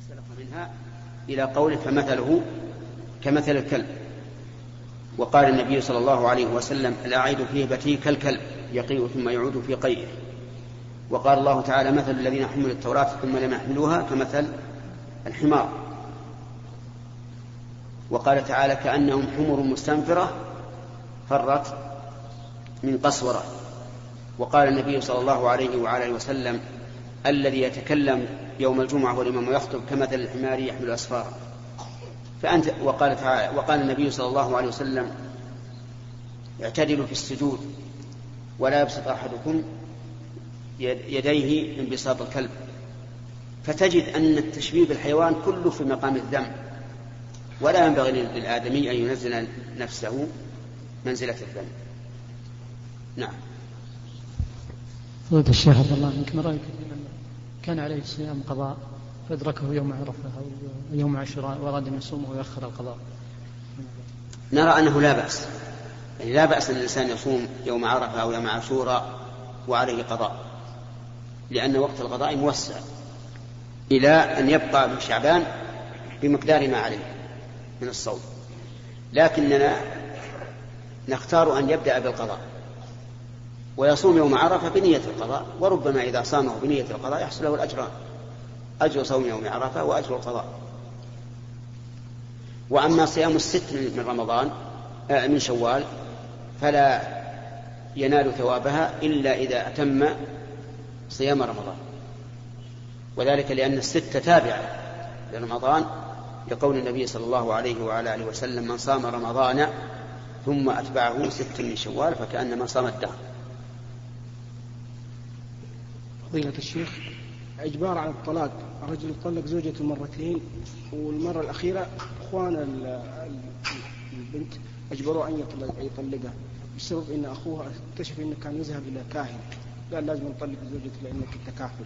منها إلى قوله فمثله كمثل الكلب. وقال النبي صلى الله عليه وسلم الأعيد في هبته كالكلب يقيء ثم يعود في قيئه. وقال الله تعالى مثل الذين حملوا التوراة ثم لم يحملوها كمثل الحمار. وقال تعالى كأنهم حمر مستنفرة فرت من قسورة. وقال النبي صلى الله عليه وعلى وسلم الذي يتكلم يوم الجمعة والإمام يخطب كمثل الحمار يحمل أسفارا. وقال النبي صلى الله عليه وسلم اعتدلوا في السجود ولا يبسط أحدكم يديه انبساط الكلب. فتجد أن التشبيه بالحيوان كله في مقام الذم، ولا ينبغي للآدمي أن ينزل نفسه منزلة الذم. نعم. فضيلة الشيخ عبد الله عنك، ما رأيك من كان عليه صيام قضاء فأدركه يوم عرفة أو يوم عاشوراء وأراد أن يصومه ويؤخر القضاء؟ نرى أنه لا بأس، يعني لا بأس أن الإنسان يصوم يوم عرفة أو يوم عاشوراء وعليه قضاء، لأن وقت القضاء موسع إلى أن يبقى من شعبان بمقدار ما عليه من الصوم. لكننا نختار أن يبدأ بالقضاء ويصوم يوم عرفة بنية القضاء، وربما إذا صامه بنية القضاء يحصل له الأجران، أجر صوم يوم عرفة وأجر القضاء. وأما صيام الست من رمضان من شوال فلا ينال ثوابها إلا إذا أتم صيام رمضان، وذلك لأن الست تابعة لرمضان، لقول النبي صلى الله عليه وعلى آله وسلم من صام رمضان ثم أتبعه 6 من شوال فكأنما صام الدهر. فضيلة الشيخ، إجبار على الطلاق، الرجل يطلق زوجته مرتين والمرة الأخيرة أخوان البنت أجبروا أن يطلقها بسبب أن أخوها اكتشف أنه كان يذهب إلى كاهن، قال لازم نطلق زوجته لأنك أنت كافر.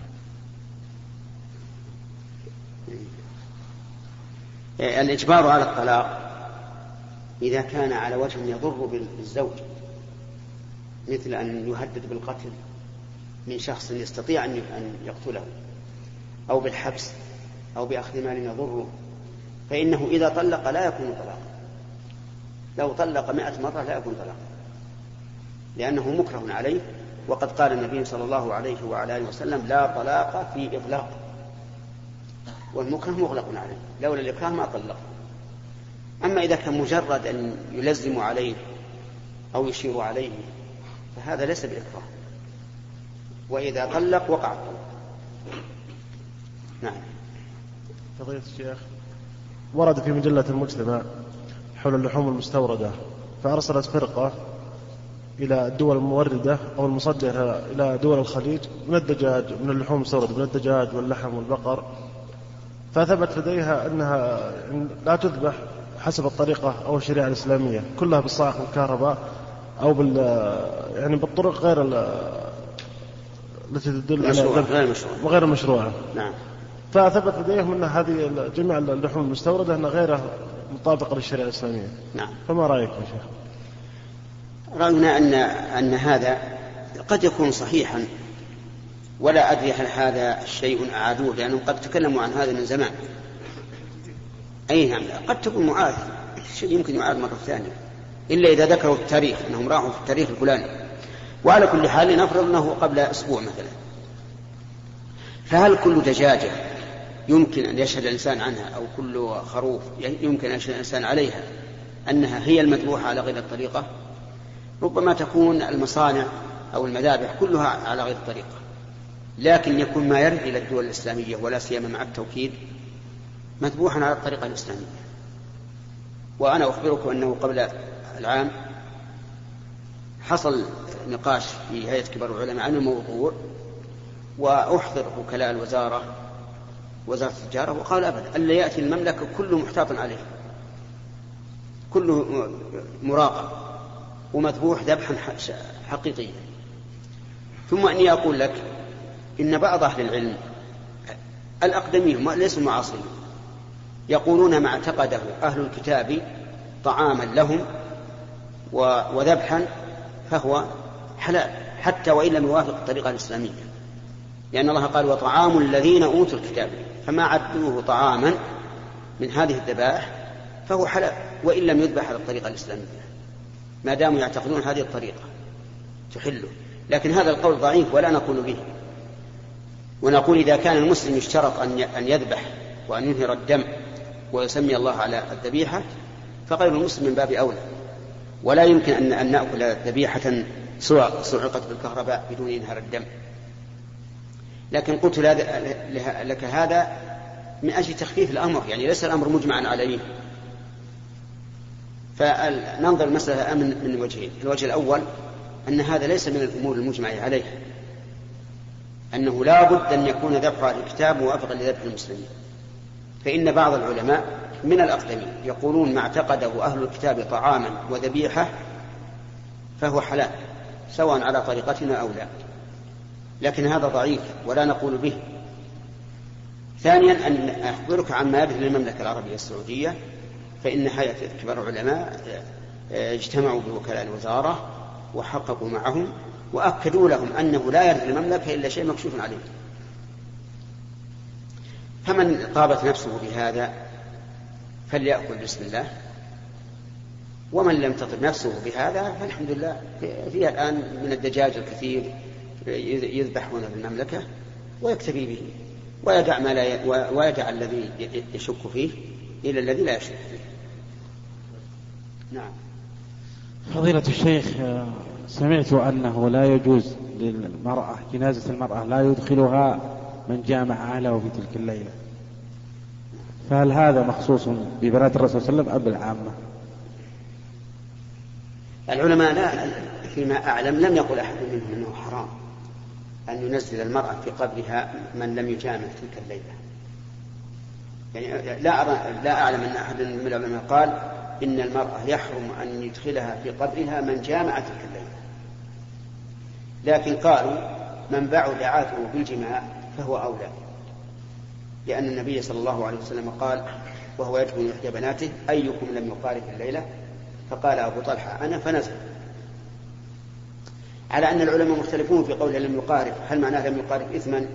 الإجبار على الطلاق إذا كان على وجه يضر بالزوج، مثل أن يهدد بالقتل من شخص يستطيع أن يقتله، أو بالحبس، أو بأخذ مال يضره، فإنه إذا طلق لا يكون طلاقا. لو طلق 100 مرة لا يكون طلاقا، لأنه مكره عليه. وقد قال النبي صلى الله عليه وعلى آله وسلم لا طلاق في إطلاق، والمكره مغلق عليه، لولا الإكراه ما طلق. أما إذا كان مجرد أن يلزم عليه أو يشير عليه فهذا ليس بإكراه، وإذا طلق وقع الطلاق. نعم. فضيلة الشيخ، ورد في مجلة المجتمع حول اللحوم المستوردة، فأرسلت فرقة إلى الدول الموردة أو المصدرة إلى دول الخليج من الدجاج، من اللحوم المستوردة من الدجاج واللحم والبقر، فثبت لديها أنها لا تذبح حسب الطريقة أو الشريعة الإسلامية، كلها بالصاعق والكهرباء أو يعني بالطرق غير التي تدل على غير مشروعة. نعم. فثبت لديهم أن هذه جميع اللحوم المستوردة أنها غير مطابقة للشريعة الإسلامية. نعم. فما رأيك يا شيخ؟ رأينا أن هذا قد يكون صحيحا، ولا أدري هل هذا الشيء أعادوه، لأنهم قد تكلموا عن هذا من زمان. أي نعم، قد تكون معاد، الشيء يمكن يعاد مرة ثانية، إلا إذا ذكروا التاريخ أنهم راحوا في التاريخ الفلاني. وعلى كل حال نفرض أنه قبل أسبوع مثلا. فهل كل دجاجة يمكن أن يشهد الإنسان عنها، أو كل خروف يمكن أن يشهد الإنسان عليها أنها هي المذبوحة على غير الطريقة؟ ربما تكون المصانع أو المذابح كلها على غير الطريقة، لكن يكون ما يرد إلى الدول الإسلامية ولا سيما مع التوكيد مذبوحا على الطريقة الإسلامية. وأنا أخبركم أنه قبل العام حصل نقاش في هيئة كبار العلماء عن الموضوع، وأحضر وكلاء الوزارة وزارة التجارة، وقال أبدا ألا يأتي المملكة كله محتاط عليه، كله مراقب ومذبوح ذبحا حقيقيا. ثم أني أقول لك إن بعض أهل العلم الأقدمين ليسوا معاصرين يقولون ما اعتقده أهل الكتاب طعاما لهم وذبحا فهو حلال، حتى وإن لم يوافق الطريقة الإسلامية، لأن الله قال وطعام الذين أوتوا الكتاب، فما عدوه طعاما من هذه الذبائح فهو حلال وإن لم يذبح على الطريقة الإسلامية، ما داموا يعتقدون هذه الطريقة تحله. لكن هذا القول ضعيف ولا نقول به، ونقول إذا كان المسلم يشترط أن يذبح وأن ينهر الدم ويسمي الله على الذبيحة فغير المسلم من باب أولى، ولا يمكن أن نأكل ذبيحة صعقت بالكهرباء بدون إنهار الدم. لكن قلت لك هذا من أجل تخفيف الأمر، يعني ليس الأمر مجمعا عليه. فننظر المسألة من وجهين: الوجه الأول أن هذا ليس من الأمور المجمع عليها، أنه لا بد أن يكون ذبح أهل الكتاب موافقا لذبح المسلمين، فإن بعض العلماء من الأقدمين يقولون ما اعتقده أهل الكتاب طعاما وذبيحة فهو حلال سواء على طريقتنا أو لا، لكن هذا ضعيف ولا نقول به. ثانيا أن أخبرك عما يبدو للمملكة العربية السعودية، فإن هيئة كبار العلماء اجتمعوا بوكلاء الوزارة وحققوا معهم وأكدوا لهم أنه لا يرد المملكة إلا شيء مكشوف عليه. فمن طابت نفسه بهذا فليأكل بسم الله، ومن لم تطب نفسه بهذا فالحمد لله فيها الآن من الدجاج الكثير يذبحون في المملكة ويكتفي به ويدع الذي يشك فيه إلى الذي لا يشك فيه. نعم. فضيلة الشيخ، سمعت أنه لا يجوز للمرأة جنازة المرأة لا يدخلها من جامع أهله في تلك الليلة، فهل هذا مخصوص ببنات الرسول صلى الله عليه وسلم أم بالعامة؟ العلماء لا فيما أعلم لم يقل أحد منهم أنه حرام أن ينزل المرأة في قبرها من لم يجامع تلك الليلة. يعني لا أعلم أن أحد من العلماء قال إن المرأة يحرم أن يدخلها في قبرها من جامع تلك الليلة، لكن قالوا من بعد عاده بالجماع فهو أولى، لأن النبي صلى الله عليه وسلم قال وهو يدفن إحدى بناته أيكم لم يقارف الليلة؟ فقال أبو طلحة أنا، فنزل. على أن العلماء مختلفون في قوله لم يقارف، هل معناه لم يقارف إثما؟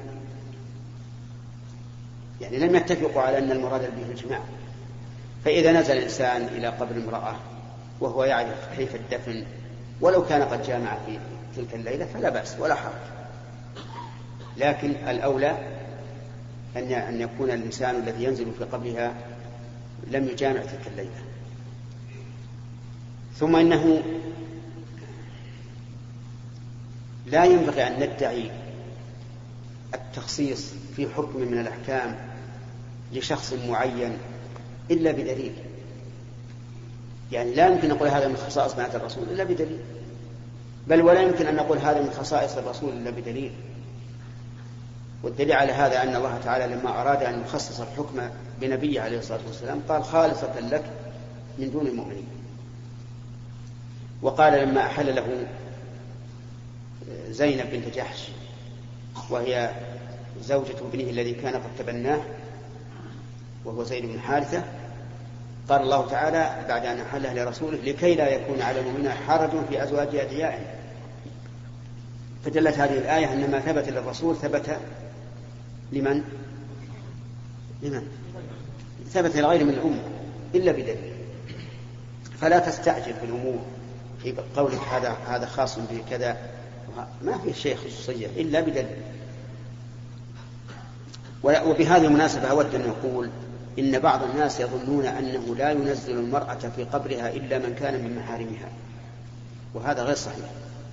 يعني لم يتفقوا على أن المراد به الجماع. فإذا نزل الإنسان إلى قبر امرأة وهو يعرف كيف الدفن ولو كان قد جامع في تلك الليلة فلا بأس ولا حرج، لكن الأولى أن يكون الإنسان الذي ينزل في قبرها لم يجامع تلك الليلة. ثم إنه لا ينبغي أن ندعي التخصيص في حكم من الأحكام لشخص معين إلا بدليل. يعني لا يمكن أن نقول هذا من خصائص بنات الرسول إلا بدليل، بل ولا يمكن أن نقول هذا من خصائص الرسول إلا بدليل. والدليل على هذا أن الله تعالى لما أراد أن يخصص الحكم بنبيه عليه الصلاة والسلام قال خالصة لك من دون المؤمنين. وقال لما أحل له زينب بنت جحش وهي زوجة ابنه الذي كان قد تبناه وهو زيد بن حارثة، قال الله تعالى بعد أن أحله لرسوله لكي لا يكون على المؤمنين حرج في أزواج أدعيائهم. فدلت هذه الآية أن ما ثبت للرسول ثبت لمن؟ ثبت لغير من الأمة إلا بدليل. فلا تستعجل في الأمور في قولك هذا خاص بكذا، ما في شيء خصوصية إلا بدليل. وبهذه المناسبة أود أن نقول إن بعض الناس يظنون أنه لا ينزل المرأة في قبرها إلا من كان من محارمها، وهذا غير صحيح.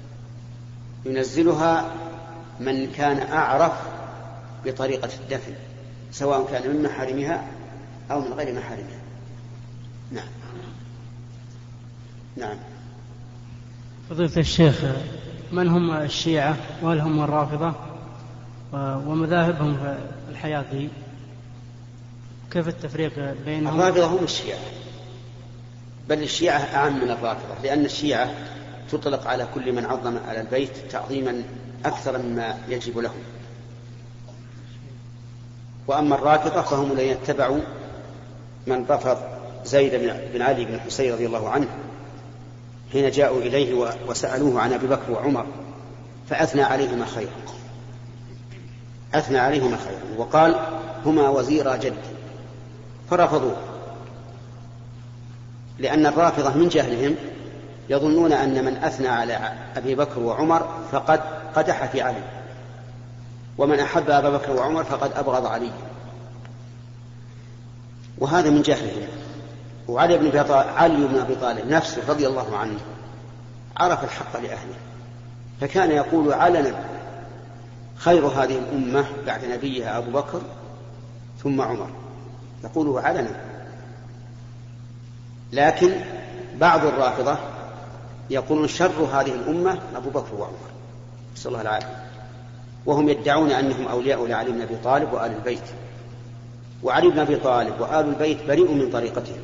ينزلها من كان أعرف بطريقة الدفن سواء كان من محارمها أو من غير محارمها. نعم. نعم. فضيلة الشيخ، من هم الشيعة وهل هم الرافضة ومذاهبهم في الحياة دي؟ كيف التفريق بينهم؟ الرافضة هم الشيعة، بل الشيعة أعم من الرافضة، لأن الشيعة تطلق على كل من عظم على البيت تعظيما أكثر مما يجب له. وأما الرافضة فهم الذين اتبعوا من رفض زيد بن علي بن الحسين رضي الله عنه حين جاءوا إليه وسألوه عن أبي بكر وعمر فأثنى عليهما خيرا. أثنى عليهما خيرا وقال هما وزيرا جدي، فرفضوه، لأن الرافضة من جهلهم يظنون أن من أثنى على أبي بكر وعمر فقد قدح في علي، ومن أحب أبا بكر وعمر فقد أبغض علي، وهذا من جهلهم. وعلي بن أبي طالب نفسه رضي الله عنه عرف الحق لأهله، فكان يقول علنا خير هذه الأمة بعد نبيها أبو بكر ثم عمر، يقوله علنا. لكن بعض الرافضة يقولون شر هذه الأمة أبو بكر وعمر، نسأل الله العافية، وهم يدعون أنهم أولياء لعلي بن أبي طالب وآل البيت، وعلي بن أبي طالب وآل البيت بريء من طريقتهم،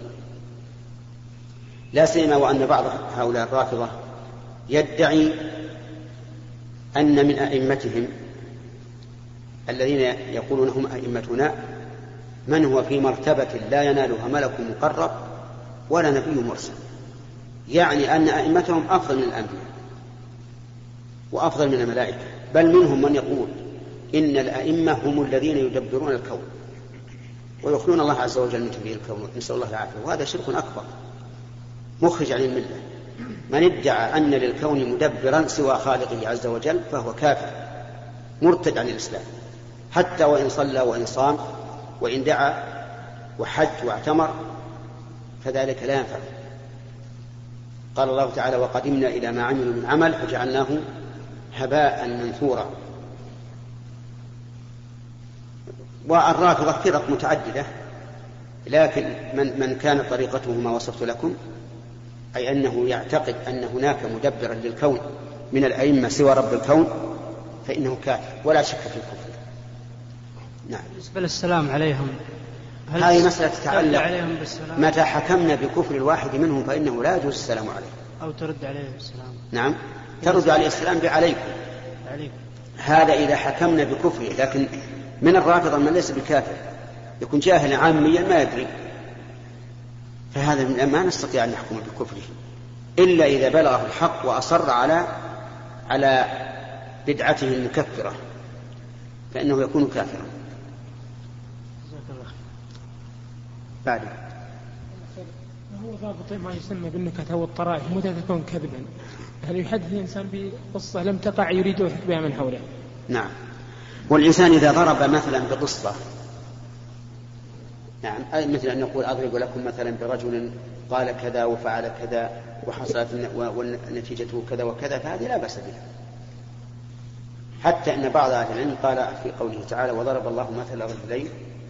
لا سيما وأن بعض هؤلاء الرافضة يدعي أن من أئمتهم الذين يقولون هم أئمتنا من هو في مرتبة لا ينالها ملك مقرب ولا نبي مرسل، يعني أن أئمتهم أفضل من الأنبياء وأفضل من الملائكة، بل منهم من يقول إن الأئمة هم الذين يدبرون الكون ويخلون الله عز وجل من تدبير الكون، نسأل الله العافية، وهذا شرك أكبر مخرج عن الملة. من ادعى أن للكون مدبرا سوى خالقه عز وجل فهو كافر مرتد عن الإسلام، حتى وإن صلى وإن صام وإن دعا وحج واعتمر فذلك لا ينفع. قال الله تعالى وقدمنا إلى ما عملوا من عمل فجعلناه هباء منثورا. والرافضة فرق متعددة، لكن من كانت طريقته ما وصفت لكم، أي أنه يعتقد أن هناك مدبرا للكون من الأئمة سوى رب الكون، فإنه كافر ولا شك في الكفر. نعم. بالنسبة للسلام عليهم، هذه مسألة تتعلق متى حكمنا بكفر الواحد منهم فإنه لا يجوز السلام عليه، أو ترد عليه السلام. نعم، ترد عليه السلام بعليكم، هذا إذا حكمنا بكفره. لكن من الرافضة من ليس بكافر يكون جاهلا عاميا ما يدري، فهذا ما نستطيع أن نحكم بكفره إلا إذا بلغه الحق وأصر على بدعته المكفرة، فإنه يكون كافرا. بعد هو ضابط ما يسمى بالنكت أو الطرائف متى تكون كذبا؟ هل يحدث الإنسان بقصة لم تقع يريد يضحك بها من حوله؟ نعم. والإنسان إذا ضرب مثلا بقصة، نعم، مثل أن يقول أضرب لكم مثلا برجل قال كذا وفعل كذا وحصلت ونتيجته كذا وكذا، فهذه لا بأس بها. حتى أن بعض أهل العلم قال في قوله تعالى وضرب الله مثل رجلين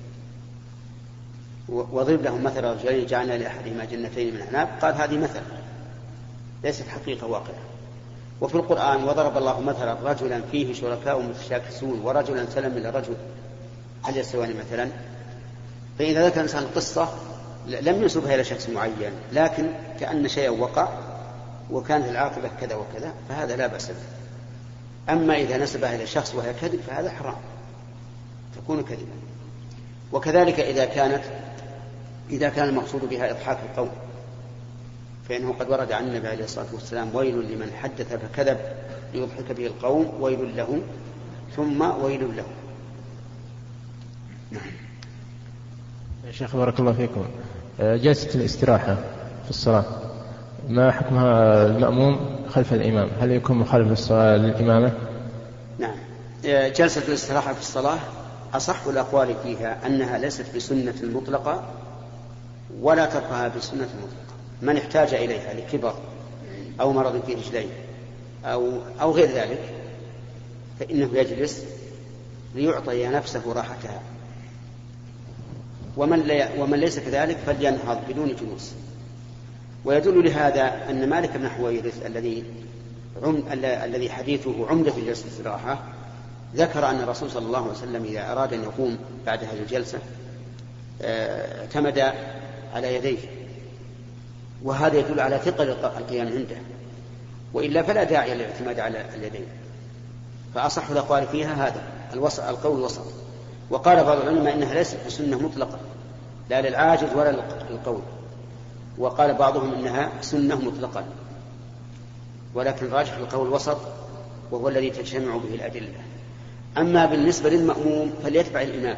وضرب لهم مثل رجلين جعلنا لأحدهما جنتين من أعناب، قال هذه مثل ليست حقيقة واقعة. وفي القرآن وضرب الله مثلا رجلا فيه شركاء متشاكسون ورجلا سلم إلى رجل هل يستويان مثلا؟ فإذا ذكر الإنسان القصة لم ينسبها إلى شخص معين، لكن كأن شيئا وقع وكانت العاقبة كذا وكذا، فهذا لا بأس به. أما إذا نسبها إلى شخص وهي كذب فهذا حرام، تكون كذبا. وكذلك إذا كان المقصود بها إضحاك القوم، فإنه قد ورد عن النبي عليه الصلاة والسلام ويل لمن حدث فكذب ليضحك به القوم ويل له ثم ويل له. نعم. يا شيخ بارك الله فيكم، جلسة الاستراحة في الصلاة ما حكمها المأموم خلف الإمام؟ هل يكون مخالف للصلاة للإمامة؟ نعم. جلسة الاستراحة في الصلاة أصح الأقوال فيها أنها ليست بسنة مطلقة ولا تركها بسنة مطلقة. من احتاج إليها لكبر أو مرض في رجليه أو غير ذلك فإنه يجلس ليعطي نفسه راحتها، ومن ليس كذلك فلينهض بدون جلوس. ويدل لهذا أن مالك بن حويرث الذي حديثه عمدة في جلسة الاستراحة ذكر أن الرسول صلى الله عليه وسلم إذا أراد أن يقوم بعد هذه الجلسة اعتمد على يديه، وهذا يدل على ثقل القيام عنده، وإلا فلا داعي للاعتماد على اليدين. فأصح الأقوال فيها هذا القول الوسط. وقال بعض العلماء إنها ليست بسنة مطلقة لا للعاجز ولا للقول، وقال بعضهم إنها سنة مطلقة، ولكن راجح القول الوسط وهو الذي تجتمع به الأدلة. أما بالنسبة للمأموم فليتبع الإمام،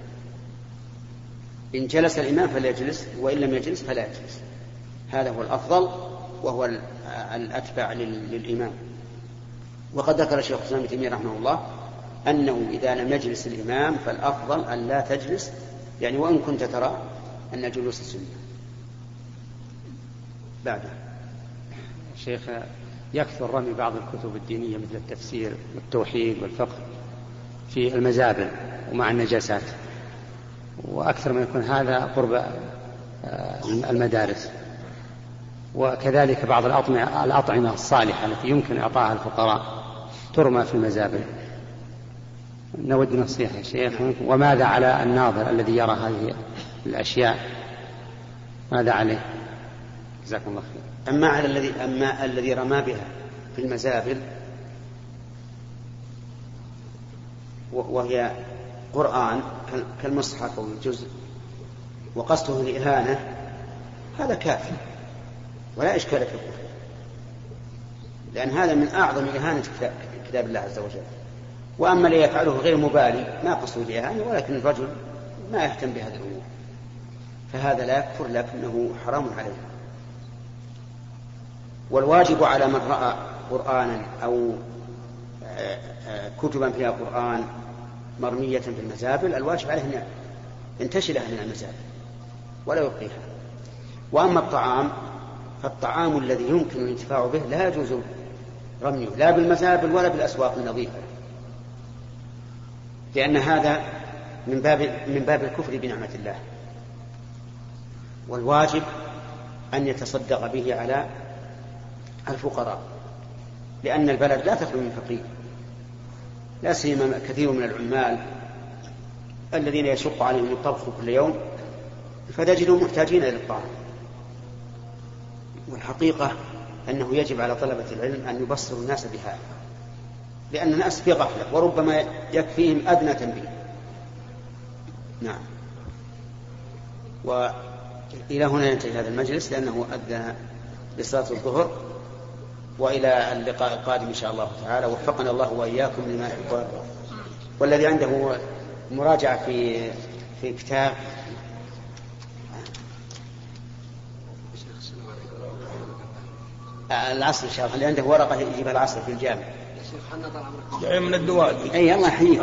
إن جلس الإمام فليجلس، وإن لم يجلس فلا يجلس. هذا هو الأفضل وهو الأتبع للإمام. وقد ذكر الشيخ الإسلام ابن تيمية رحمه الله أنه إذا لم يجلس الإمام فالأفضل أن لا تجلس، يعني وإن كنت ترى أن الجلوس سنة. بعده شيخ، يكثر رمي بعض الكتب الدينية مثل التفسير والتوحيد والفقه في المزابل ومع النجاسات، وأكثر ما يكون هذا قرب المدارس. وكذلك بعض الأطعمة الصالحة التي يمكن إعطاها الفقراء ترمى في المزابل. نود نصيحة يا شيخ، وماذا على الناظر الذي يرى هذه الأشياء، ماذا عليه؟ جزاكم الله خير. أما الذي رمى بها في المزابل وهي قرآن كالمصحف أو الجزء وقصده الإهانة، هذا كافي ولا إشكال في الكفر، لأن هذا من أعظم إهانة كتاب الله عز وجل. وأما اللي يفعله غير مبالي ما قصده الإهانة، ولكن الرجل ما يهتم بهذه الأمور، فهذا لا يكفر لكنه حرام عليه. والواجب على من رأى قرآنا أو كتبا فيها قرآن مرمية في المزابل، الواجب عليه أن ينتشلها من المزابل ولا يبقيها. وأما الطعام فالطعام الذي يمكن الانتفاع به لا يجوز رميه لا بالمزابل ولا بالأسواق النظيفة، لأن هذا من باب الكفر بنعمة الله. والواجب أن يتصدق به على الفقراء، لأن البلد لا تخلو من فقير، لا سيما كثير من العمال الذين يشق عليهم الطبخ كل يوم، فتجدهم محتاجين إلى الطعام. والحقيقة أنه يجب على طلبة العلم أن يبصروا الناس بهذا، لأن الناس في غفلة وربما يكفيهم أدنى تنبيه. نعم. وإلى هنا ينتهي هذا المجلس لأنه أذن لصلاة الظهر، وإلى اللقاء القادم إن شاء الله تعالى. وفقنا الله وإياكم لما يحب. والذي عنده مراجعة في كتاب العصر إن شاء الله، اللي عنده ورقة يجيبها العصر في الجامع جاي من الدوال. أي الله يحييك.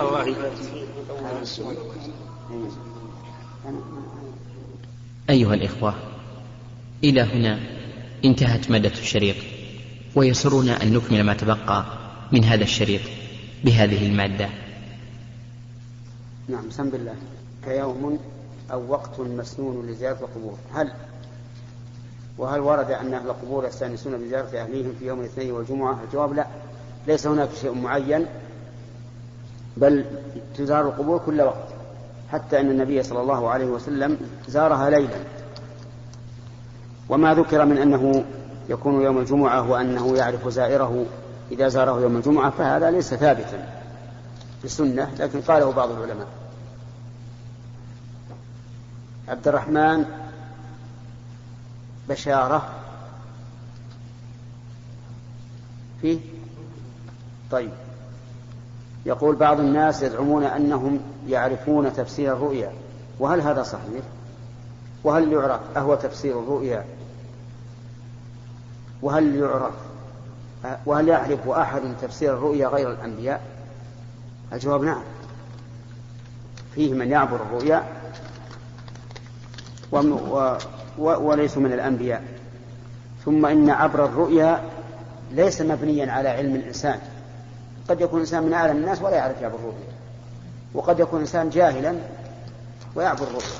أيها الإخوة، إلى هنا انتهت مادة الشريط، ويسرنا أن نكمل ما تبقى من هذا الشريط بهذه المادة. نعم. بسم الله. كيوم أو وقت مسنون لزيارة القبور. وهل ورد أن أهل القبور يستأنسون بزيارة أهليهم في يوم الاثنين والجمعة؟ الجواب لا، ليس هناك شيء معين، بل تزار القبور كل وقت، حتى أن النبي صلى الله عليه وسلم زارها ليلا. وما ذكر من أنه يكون يوم الجمعة وأنه يعرف زائره إذا زاره يوم الجمعة فهذا ليس ثابتا في السنة، لكن قاله بعض العلماء. عبد الرحمن بشارة فيه. طيب. يقول بعض الناس يزعمون أنهم يعرفون تفسير الرؤيا، وهل هذا صحيح؟ وهل يعرف أهو تفسير الرؤيا؟ وهل يعرف أحد تفسير الرؤيا غير الأنبياء؟ الجواب نعم، فيه من يعبر الرؤيا وليسوا من الأنبياء. ثم إن عبر الرؤيا ليس مبنيا على علم الإنسان، قد يكون إنسان من أعلم الناس ولا يعرف يعبر الرؤيا، وقد يكون إنسان جاهلا ويعبر الرؤيا.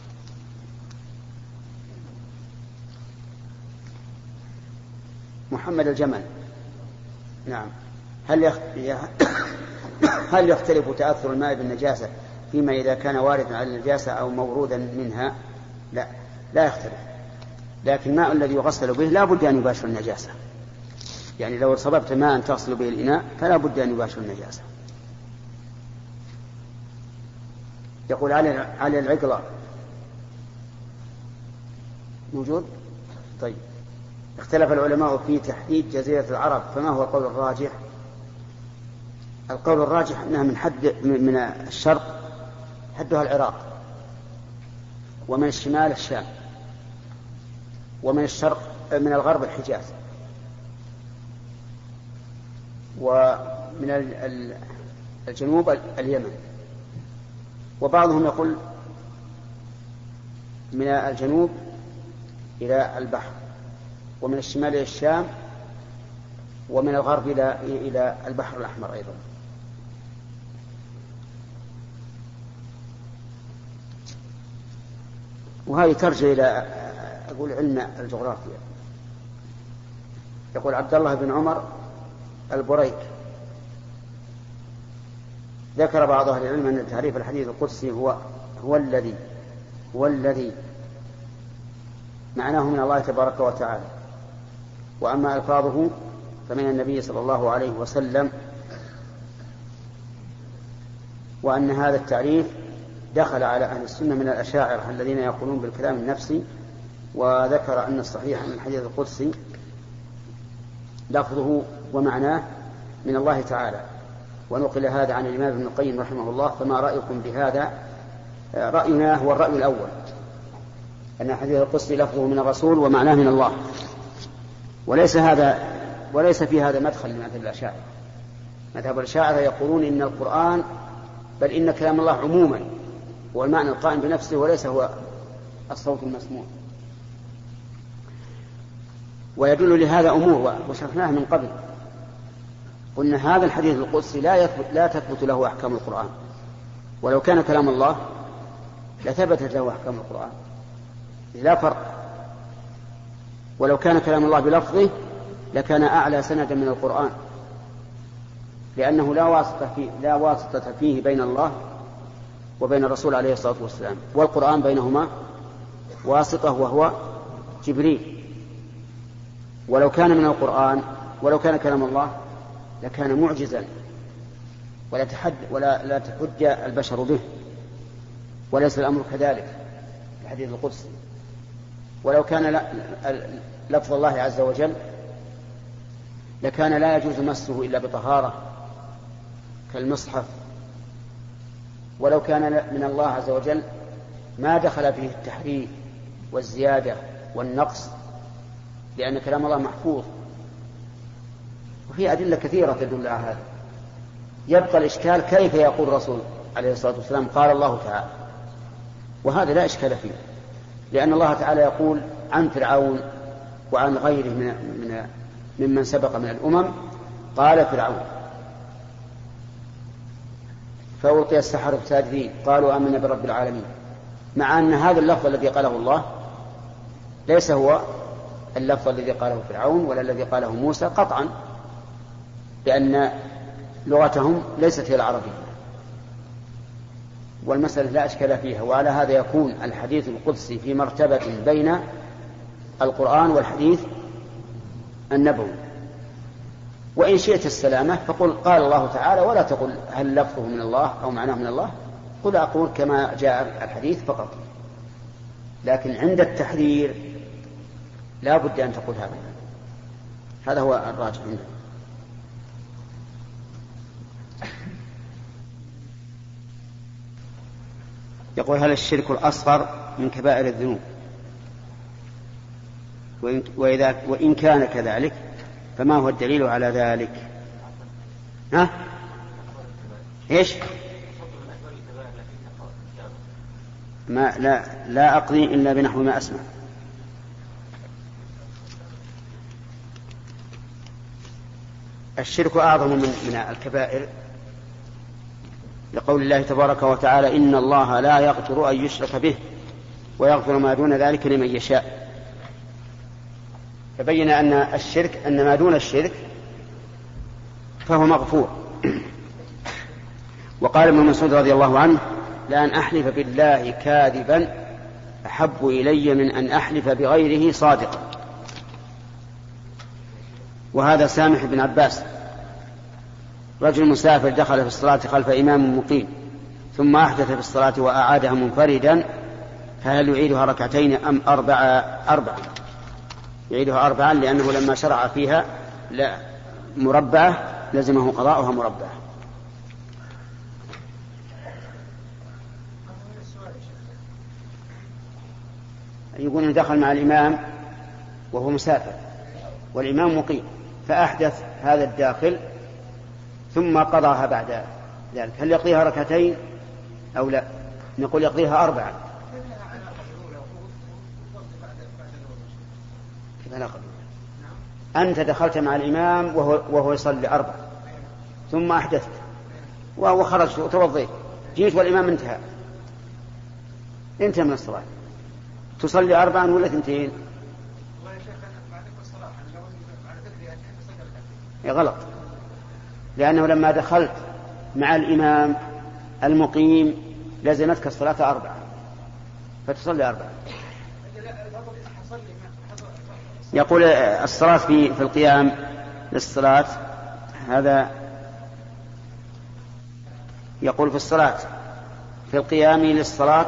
محمد الجمل. نعم. هل يختلف تأثر الماء بالنجاسة فيما إذا كان واردا على النجاسة أو مورودا منها؟ لا يختلف، لكن الماء الذي يغسل به لا بد أن يباشر النجاسة. يعني لو صببت ماء تغسل به الإناء فلا بد أن يباشر النجاسة. يقول علي العقلة موجود؟ طيب. اختلف العلماء في تحديد جزيرة العرب، فما هو القول الراجح؟ القول الراجح أنها من الشرق حدها العراق، ومن الشمال الشام، ومن الشرق من الغرب الحجاز، ومن الجنوب اليمن. وبعضهم يقول من الجنوب إلى البحر، ومن الشمال إلى الشام، ومن الغرب إلى البحر الأحمر أيضا. وهذه ترجع إلى أقول علم الجغرافيا. يقول عبد الله بن عمر البريك ذكر بعض أهل العلم أن تعريف الحديث القدسي هو الذي معناه من الله تبارك وتعالى، وأما ألفاظه فمن النبي صلى الله عليه وسلم، وأن هذا التعريف دخل على أهل السنة من الأشاعرة الذين يقولون بالكلام النفسي. وذكر أن الصحيح من الحديث القدسي لفظه ومعناه من الله تعالى، ونقل هذا عن الإمام ابن القيم رحمه الله. فما رأيكم بهذا؟ رأينا هو الرأي الأول، أن الحديث القدسي لفظه من الرسول ومعناه من الله، وليس في هذا مدخل لمذهب الأشاعرة. مذهب الأشاعرة يقولون إن القرآن بل إن كلام الله عموما والمعنى القائم بنفسه، وليس هو الصوت المسموع. ويدل لهذا أمور وشرحناها من قبل. قلنا هذا الحديث القدسي لا تثبت له أحكام القرآن، ولو كان كلام الله لثبتت له أحكام القرآن، لا فرق. ولو كان كلام الله بلفظه لكان أعلى سندا من القرآن، لأنه لا واسطة فيه بين الله وبين الرسول عليه الصلاة والسلام، والقرآن بينهما واسطة وهو جبريل. ولو كان من القرآن ولو كان كلام الله لكان معجزا ولا تحج البشر به، وليس الأمر كذلك في الحديث القدسي. ولو كان لفظ الله عز وجل لكان لا يجوز مسه إلا بطهارة كالمصحف. ولو كان من الله عز وجل ما دخل فيه التحريف والزيادة والنقص، لأن كلام الله محفوظ. وفي أدلة كثيرة تدل على هذا. يبقى الإشكال كيف يقول الرسول عليه الصلاة والسلام قال الله تعالى، وهذا لا إشكال فيه، لأن الله تعالى يقول عن فرعون وعن غيره ممن سبق من الأمم قال فرعون، فألقي السحرة ساجدين قالوا آمنا برب العالمين، مع أن هذا اللفظ الذي قاله الله ليس هو اللفظ الذي قاله فرعون ولا الذي قاله موسى قطعا، لأن لغتهم ليست هي العربية. والمسألة لا أشكال فيها. وعلى هذا يكون الحديث القدسي في مرتبة بين القرآن والحديث النبوي. وإن شئت السلامة فقل قال الله تعالى، ولا تقل هل لفظه من الله أو معناه من الله، قل أقول كما جاء الحديث فقط. لكن عند التحرير لا بد أن تقول هذا هو الراجح عندنا. يقول هل الشرك الأصغر من كبائر الذنوب؟ وإن كان كذلك فما هو الدليل على ذلك؟ إيش؟ لا أقضي إلا بنحو ما أسمع. الشرك أعظم من الكبائر، لقول الله تبارك وتعالى إن الله لا يغفر أن يشرك به ويغفر ما دون ذلك لمن يشاء. فبين أن ما دون الشرك فهو مغفور. وقال ابن مسعود رضي الله عنه لأن أحلف بالله كاذبا أحب إلي من أن أحلف بغيره صادقا. وهذا سامح بن عباس، رجل مسافر دخل في الصلاة خلف إمام مقيم ثم أحدث في الصلاة وأعادها منفردا، فهل يعيدها ركعتين أم أربعة؟ يعيدها أربعا، لأنه لما شرع فيها مربعة لزمه قضاؤها مربعة. يقول إن دخل مع الإمام وهو مسافر والإمام مقيم فأحدث هذا الداخل ثم قضاها بعد ذلك، هل يقضيها ركعتين أو لا؟ نقول يقضيها 4. أنت دخلت مع الإمام وهو يصلي 4 ثم أحدثت وهو خرجت وتوضيت، جيت والإمام انتهى من الصلاة، تصلي 4 ولا 2؟ غلط، لأنه لما دخلت مع الإمام المقيم لزمتك الصلاة 4 فتصلي 4. يقول الصلاة في القيام للصلاة، هذا يقول في الصلاة في القيام للصلاة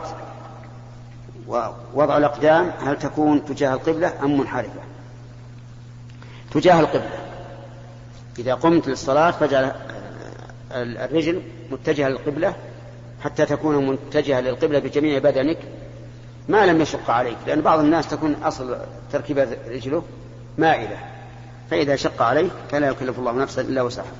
ووضع الأقدام هل تكون تجاه القبلة أم منحرفة؟ تجاه القبلة. إذا قمت للصلاة فاجعل الرجل متجهة للقبلة حتى تكون متجهة للقبلة بجميع بدنك ما لم يشق عليك، لأن بعض الناس تكون أصل تركيبة رجله مائلة، فإذا شق عليك فلا يكلف الله نفسا إلا وسعها.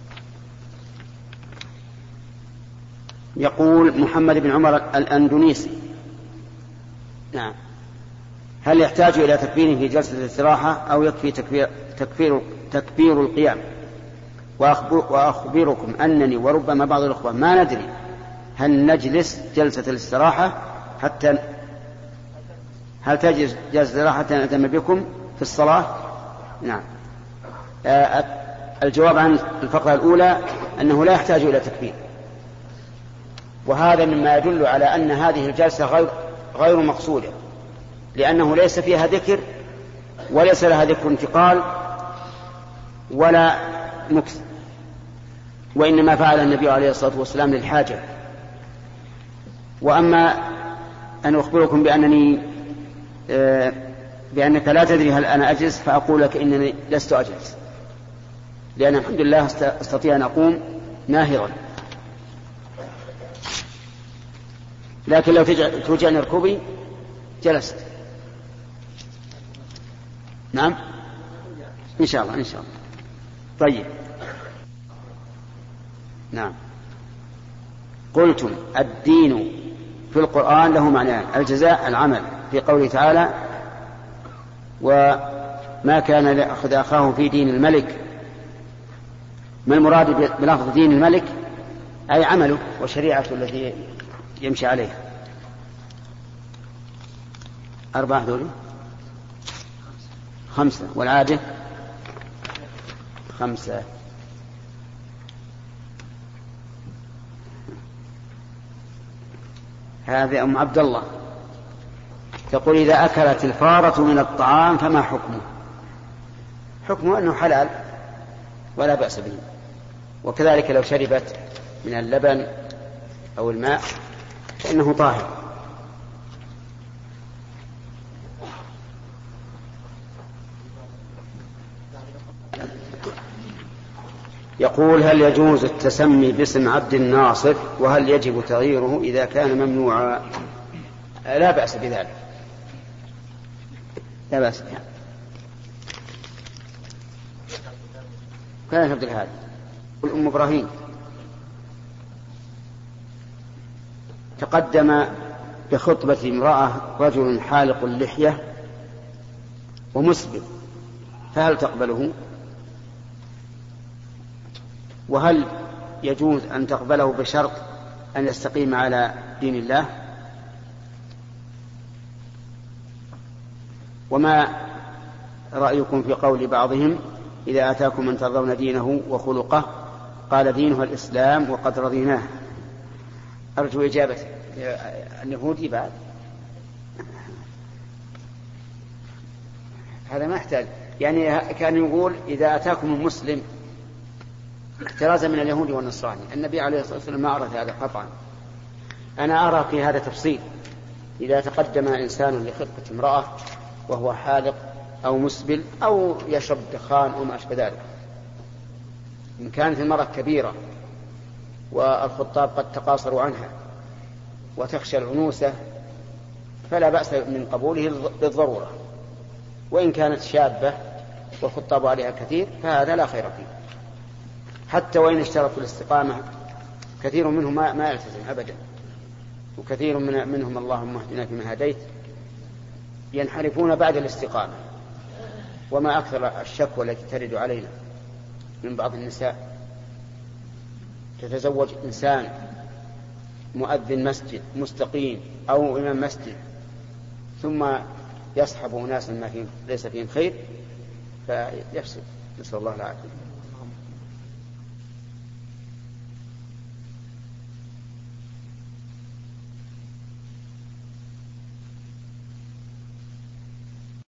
يقول محمد بن عمر الأندونيسي: نعم، هل يحتاج إلى تكبير في جلسة الاستراحة أو يكفي تكبير القيام؟ وأخبركم أنني وربما بعض الأخوة ما ندري هل نجلس جلسة الاستراحة هل تجلس جلسة الاستراحة حتى نأتم بكم في الصلاة؟ نعم. الجواب عن الفقرة الأولى أنه لا يحتاج إلى تكبير، وهذا مما يدل على أن هذه الجلسة غير مقصودة، لأنه ليس فيها ذكر وليس لها ذكر انتقال ولا مكث، وإنما فعل النبي عليه الصلاة والسلام للحاجة. وأما أن أخبركم بأنك لا تدري هل أنا أجلس، فأقول لك إنني لست أجلس، لأن الحمد لله أستطيع أن أقوم ناهضا، لكن لو توجعني ركوبي جلست. نعم إن شاء الله. طيب، نعم. قلتم الدين في القرآن له معنيان: الجزاء العمل، في قوله تعالى: وما كان ليأخذ أخاه في دين الملك. ما المراد بلفظ دين الملك؟ أي عمله وشريعته التي يمشي عليها. 4 ذولي 5 والعادة 5. هذه أم عبد الله تقول: إذا أكلت الفارة من الطعام فما حكمه؟ حكمه أنه حلال ولا بأس به، وكذلك لو شربت من اللبن أو الماء فإنه طاهر. يقول: هل يجوز التسمي باسم عبد الناصر؟ وهل يجب تغييره إذا كان ممنوعا؟ لا بأس بذلك، لا بأس بها. كان عبد الهادي. أم إبراهيم تقدم بخطبة امرأة رجل حالق اللحية ومسبل، فهل تقبله؟ وهل يجوز أن تقبله بشرط أن يستقيم على دين الله؟ وما رأيكم في قول بعضهم: إذا أتاكم من ترضون دينه وخلقه قال دينه الإسلام وقد رضيناه؟ أرجو إجابة اليهودي بعد هذا ما يحتاج، يعني كان يقول: إذا أتاكم المسلم، احترازا من اليهود والنصراني. النبي عليه الصلاة والسلام ما أراد هذا قطعا. أنا أرى في هذا تفصيل: إذا تقدم إنسان لخطبة امرأة وهو حالق أو مسبل أو يشرب دخان أو ما أشبه ذلك، إن كانت المرأة كبيرة والخطاب قد تقاصروا عنها وتخشى العنوسة فلا بأس من قبوله للضرورة، وإن كانت شابة والخطاب عليها كثير فهذا لا خير فيه. حتى وإن اشترطوا الاستقامة كثير منهم ما يلتزم أبدا، وكثير منهم اللهم اهدنا فيما هديت ينحرفون بعد الاستقامة. وما أكثر الشكوى التي ترد علينا من بعض النساء، تتزوج إنسان مؤذن مسجد مستقيم أو إمام مسجد ثم يصحب ناس ما فيهم ليس فيهم خير فيفسد، نسأل الله العافية.